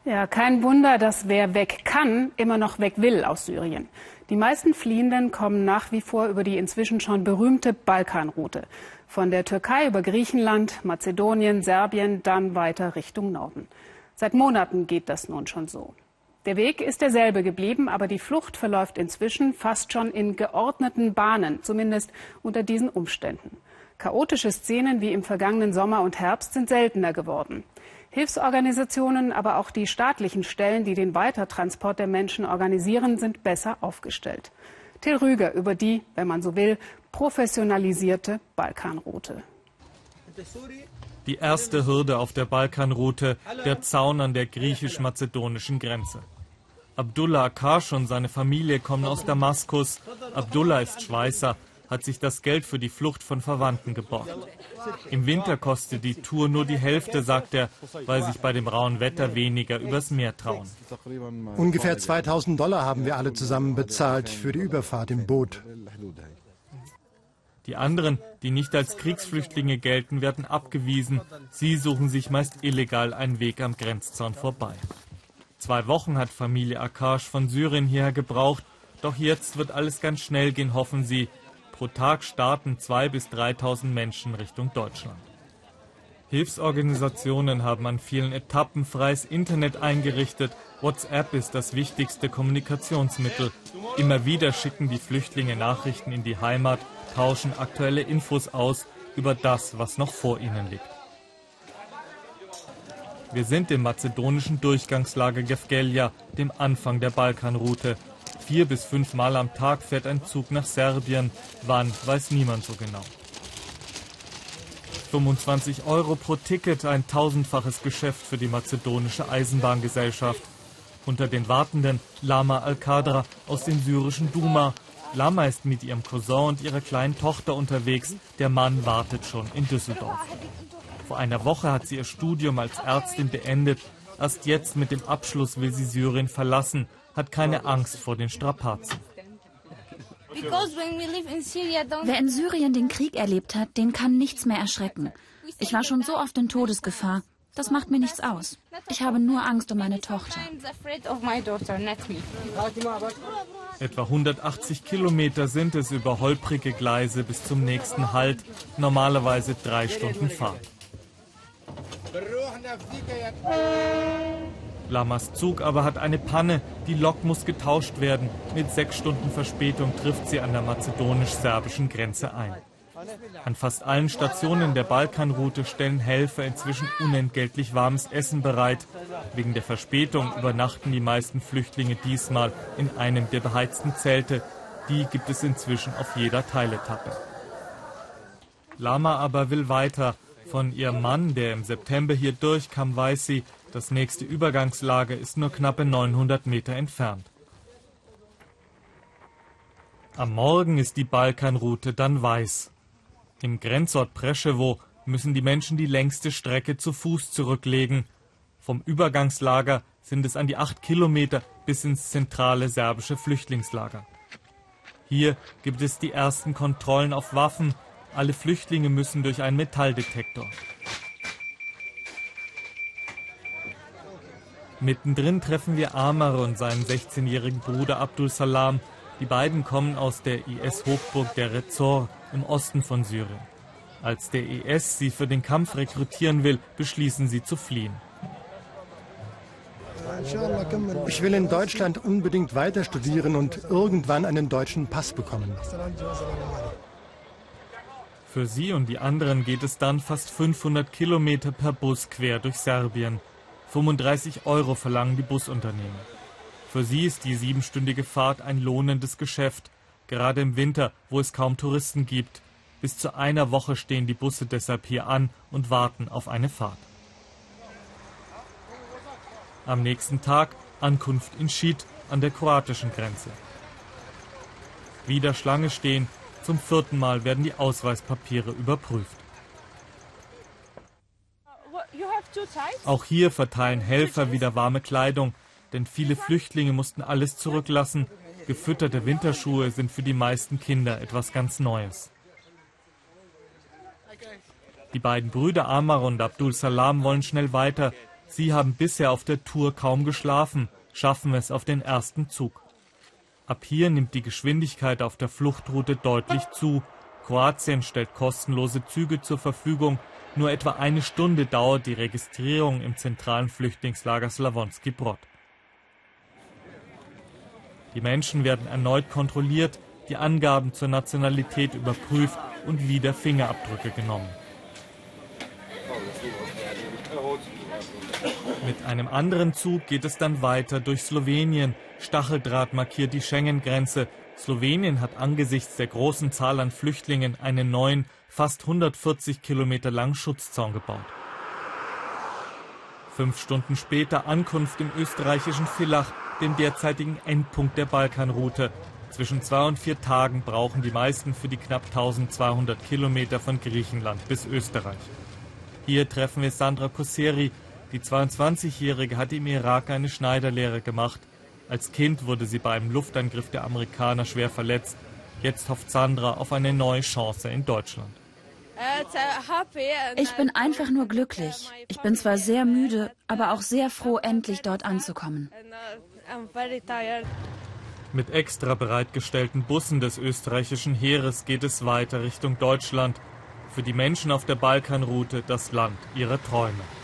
Ja, kein Wunder, dass wer weg kann, immer noch weg will aus Syrien. Die meisten Fliehenden kommen nach wie vor über die inzwischen schon berühmte Balkanroute. Von der Türkei über Griechenland, Mazedonien, Serbien, dann weiter Richtung Norden. Seit Monaten geht das nun schon so. Der Weg ist derselbe geblieben, aber die Flucht verläuft inzwischen fast schon in geordneten Bahnen, zumindest unter diesen Umständen. Chaotische Szenen wie im vergangenen Sommer und Herbst sind seltener geworden. Hilfsorganisationen, aber auch die staatlichen Stellen, die den Weitertransport der Menschen organisieren, sind besser aufgestellt. Till Rüger über die, wenn man so will, professionalisierte Balkanroute. Die erste Hürde auf der Balkanroute, der Zaun an der griechisch-mazedonischen Grenze. Abdullah Akash und seine Familie kommen aus Damaskus. Abdullah ist Schweißer, hat sich das Geld für die Flucht von Verwandten geborgt. Im Winter kostet die Tour nur die Hälfte, sagt er, weil sich bei dem rauen Wetter weniger übers Meer trauen. Ungefähr $2000 haben wir alle zusammen bezahlt für die Überfahrt im Boot. Die anderen, die nicht als Kriegsflüchtlinge gelten, werden abgewiesen. Sie suchen sich meist illegal einen Weg am Grenzzaun vorbei. 2 Wochen hat Familie Akash von Syrien hierher gebraucht. Doch jetzt wird alles ganz schnell gehen, hoffen sie. Pro Tag starten 2.000 bis 3.000 Menschen Richtung Deutschland. Hilfsorganisationen haben an vielen Etappen freies Internet eingerichtet. WhatsApp ist das wichtigste Kommunikationsmittel. Immer wieder schicken die Flüchtlinge Nachrichten in die Heimat, tauschen aktuelle Infos aus über das, was noch vor ihnen liegt. Wir sind im mazedonischen Durchgangslager Gefgelja, dem Anfang der Balkanroute. 4 bis 5 Mal am Tag fährt ein Zug nach Serbien. Wann, weiß niemand so genau. 25 € pro Ticket, ein 1000-faches Geschäft für die mazedonische Eisenbahngesellschaft. Unter den Wartenden Lama Al-Qadra aus dem syrischen Duma. Lama ist mit ihrem Cousin und ihrer kleinen Tochter unterwegs. Der Mann wartet schon in Düsseldorf. Vor einer Woche hat sie ihr Studium als Ärztin beendet. Erst jetzt mit dem Abschluss will sie Syrien verlassen, hat keine Angst vor den Strapazen. Wer in Syrien den Krieg erlebt hat, den kann nichts mehr erschrecken. Ich war schon so oft in Todesgefahr. Das macht mir nichts aus. Ich habe nur Angst um meine Tochter. Etwa 180 Kilometer sind es über holprige Gleise bis zum nächsten Halt. Normalerweise 3 Stunden Fahrt. Lamas Zug aber hat eine Panne. Die Lok muss getauscht werden. Mit 6 Stunden Verspätung trifft sie an der mazedonisch-serbischen Grenze ein. An fast allen Stationen der Balkanroute stellen Helfer inzwischen unentgeltlich warmes Essen bereit. Wegen der Verspätung übernachten die meisten Flüchtlinge diesmal in einem der beheizten Zelte. Die gibt es inzwischen auf jeder Teiletappe. Lama aber will weiter. Von ihrem Mann, der im September hier durchkam, weiß sie, das nächste Übergangslager ist nur knappe 900 Meter entfernt. Am Morgen ist die Balkanroute dann weiß. Im Grenzort Preševo müssen die Menschen die längste Strecke zu Fuß zurücklegen. Vom Übergangslager sind es an die 8 Kilometer bis ins zentrale serbische Flüchtlingslager. Hier gibt es die ersten Kontrollen auf Waffen. Alle Flüchtlinge müssen durch einen Metalldetektor. Mittendrin treffen wir Amar und seinen 16-jährigen Bruder Abdul Salam. Die beiden kommen aus der IS-Hochburg der Rezor im Osten von Syrien. Als der IS sie für den Kampf rekrutieren will, beschließen sie zu fliehen. Ich will in Deutschland unbedingt weiter studieren und irgendwann einen deutschen Pass bekommen. Für sie und die anderen geht es dann fast 500 Kilometer per Bus quer durch Serbien. 35 € verlangen die Busunternehmen. Für sie ist die 7-stündige Fahrt ein lohnendes Geschäft, gerade im Winter, wo es kaum Touristen gibt. Bis zu einer Woche stehen die Busse deshalb hier an und warten auf eine Fahrt. Am nächsten Tag Ankunft in Šid an der kroatischen Grenze. Wieder Schlange stehen, zum 4. Mal werden die Ausweispapiere überprüft. Auch hier verteilen Helfer wieder warme Kleidung, denn viele Flüchtlinge mussten alles zurücklassen. Gefütterte Winterschuhe sind für die meisten Kinder etwas ganz Neues. Die beiden Brüder Amar und Abdul Salam wollen schnell weiter. Sie haben bisher auf der Tour kaum geschlafen, schaffen es auf den ersten Zug. Ab hier nimmt die Geschwindigkeit auf der Fluchtroute deutlich zu. Kroatien stellt kostenlose Züge zur Verfügung. Nur etwa eine Stunde dauert die Registrierung im zentralen Flüchtlingslager Slavonski Brod. Die Menschen werden erneut kontrolliert, die Angaben zur Nationalität überprüft und wieder Fingerabdrücke genommen. Mit einem anderen Zug geht es dann weiter durch Slowenien. Stacheldraht markiert die Schengen-Grenze. Slowenien hat angesichts der großen Zahl an Flüchtlingen einen neuen, fast 140 Kilometer langen Schutzzaun gebaut. 5 Stunden später Ankunft im österreichischen Villach, dem derzeitigen Endpunkt der Balkanroute. Zwischen 2 und 4 Tagen brauchen die meisten für die knapp 1200 Kilometer von Griechenland bis Österreich. Hier treffen wir Sandra Kosseri. Die 22-Jährige hat im Irak eine Schneiderlehre gemacht. Als Kind wurde sie bei einem Luftangriff der Amerikaner schwer verletzt. Jetzt hofft Sandra auf eine neue Chance in Deutschland. Ich bin einfach nur glücklich. Ich bin zwar sehr müde, aber auch sehr froh, endlich dort anzukommen. Mit extra bereitgestellten Bussen des österreichischen Heeres geht es weiter Richtung Deutschland. Für die Menschen auf der Balkanroute das Land ihrer Träume.